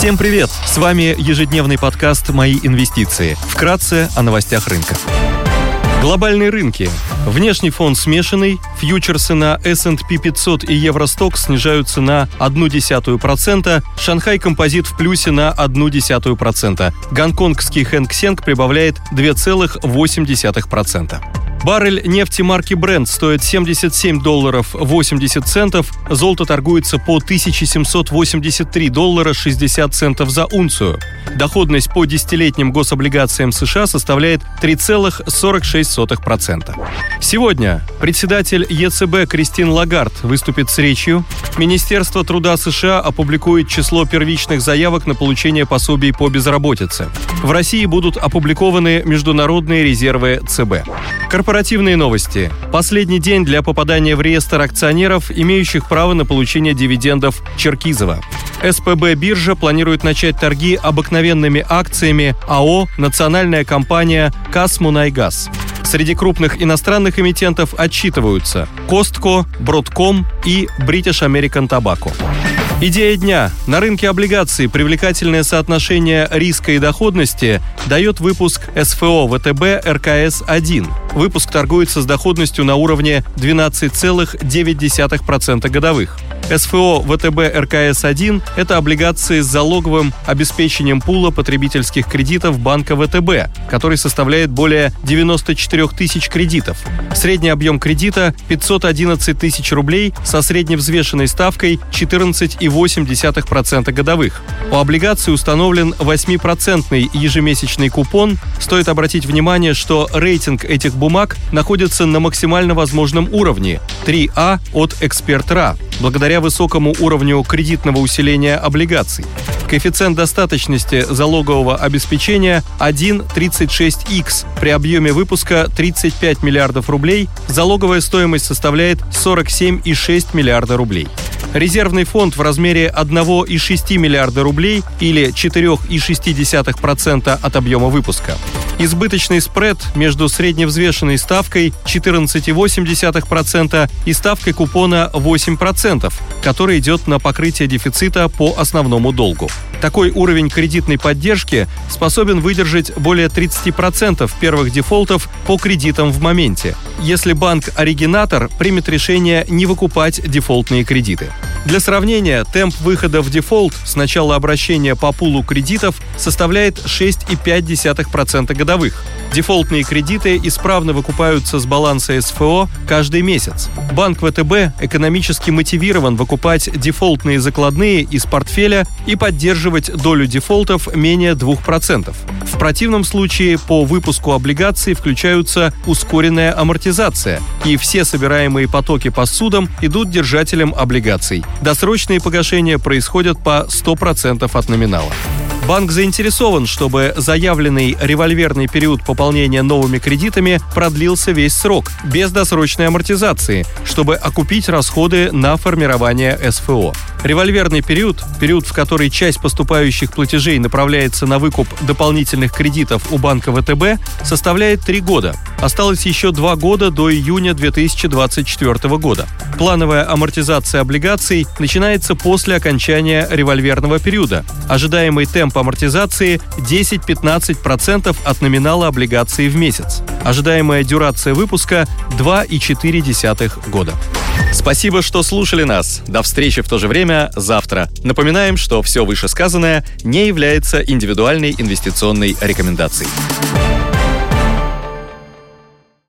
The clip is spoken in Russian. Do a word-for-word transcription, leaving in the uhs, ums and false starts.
Всем привет! С вами ежедневный подкаст «Мои инвестиции». Вкратце о новостях рынка. Глобальные рынки. Внешний фон смешанный. Фьючерсы на эс энд пи пятьсот и Евростокс снижаются на ноль целых одна десятая процента. Шанхай Композит в плюсе на ноль целых одна десятая процента. Гонконгский Хэнк Сенг прибавляет два целых восемь десятых процента. Баррель нефти марки Brent стоит семьдесят семь долларов восемьдесят центов, золото торгуется по тысяча семьсот восемьдесят три доллара шестьдесят центов за унцию. Доходность по десятилетним гособлигациям США составляет три целых сорок шесть сотых процента. Сегодня председатель е цэ бэ Кристин Лагард выступит с речью. Министерство труда США опубликует число первичных заявок на получение пособий по безработице. В России будут опубликованы международные резервы цэ бэ. Корпоративные новости. Последний день для попадания в реестр акционеров, имеющих право на получение дивидендов Черкизова. эс пэ бэ биржа планирует начать торги обыкновенными акциями АО «Национальная компания Казмунайгаз». Среди крупных иностранных эмитентов отчитываются Costco, Broadcom и British American Tobacco. Идея дня. На рынке облигаций привлекательное соотношение риска и доходности дает выпуск эс эф о вэ тэ бэ эр ка эс один. Выпуск торгуется с доходностью на уровне двенадцать целых девять десятых процента годовых. эс эф о вэ тэ бэ эр ка эс один – это облигации с залоговым обеспечением пула потребительских кредитов банка вэ тэ бэ, который составляет более девяносто четыре тысяч кредитов. Средний объем кредита – пятьсот одиннадцать тысяч рублей со средневзвешенной ставкой четырнадцать целых восемь десятых процента годовых. У облигаций установлен восьмипроцентный ежемесячный купон. Стоит обратить внимание, что рейтинг этих бумаг находится на максимально возможном уровне – три А от Эксперт.РА, благодаря высокому уровню кредитного усиления облигаций. Коэффициент достаточности залогового обеспечения один целых тридцать шесть сотых икс. При объеме выпуска тридцать пять миллиардов рублей залоговая стоимость составляет сорок семь целых шесть десятых миллиарда рублей. Резервный фонд в размере один целых шесть десятых миллиарда рублей или четыре целых шесть десятых процента от объема выпуска. Избыточный спред между средневзвешенной ставкой четырнадцать целых восемь десятых процента и ставкой купона восемь процентов, который идет на покрытие дефицита по основному долгу. Такой уровень кредитной поддержки способен выдержать более тридцать процентов первых дефолтов по кредитам в моменте, если банк-оригинатор примет решение не выкупать дефолтные кредиты. Для сравнения, темп выхода в дефолт с начала обращения по пулу кредитов составляет шесть целых пять десятых процента годовых. Дефолтные кредиты исправно выкупаются с баланса эс эф о каждый месяц. Банк вэ тэ бэ экономически мотивирован выкупать дефолтные закладные из портфеля и поддерживать долю дефолтов менее двух процентов. В противном случае по выпуску облигаций включаются ускоренная амортизация, и все собираемые потоки по ссудам идут держателям облигаций. Досрочные погашения происходят по сто процентов от номинала. Банк заинтересован, чтобы заявленный револьверный период пополнения новыми кредитами продлился весь срок, без досрочной амортизации, чтобы окупить расходы на формирование эс эф о. Револьверный период, период, в который часть поступающих платежей направляется на выкуп дополнительных кредитов у банка вэ тэ бэ, составляет три года. Осталось еще два года до июня две тысячи двадцать четвёртого года. Плановая амортизация облигаций начинается после окончания револьверного периода. Ожидаемый темп амортизации десять-пятнадцать процентов от номинала облигации в месяц. Ожидаемая дюрация выпуска два целых четыре десятых года. Спасибо, что слушали нас. До встречи в то же время завтра. Напоминаем, что все вышесказанное не является индивидуальной инвестиционной рекомендацией.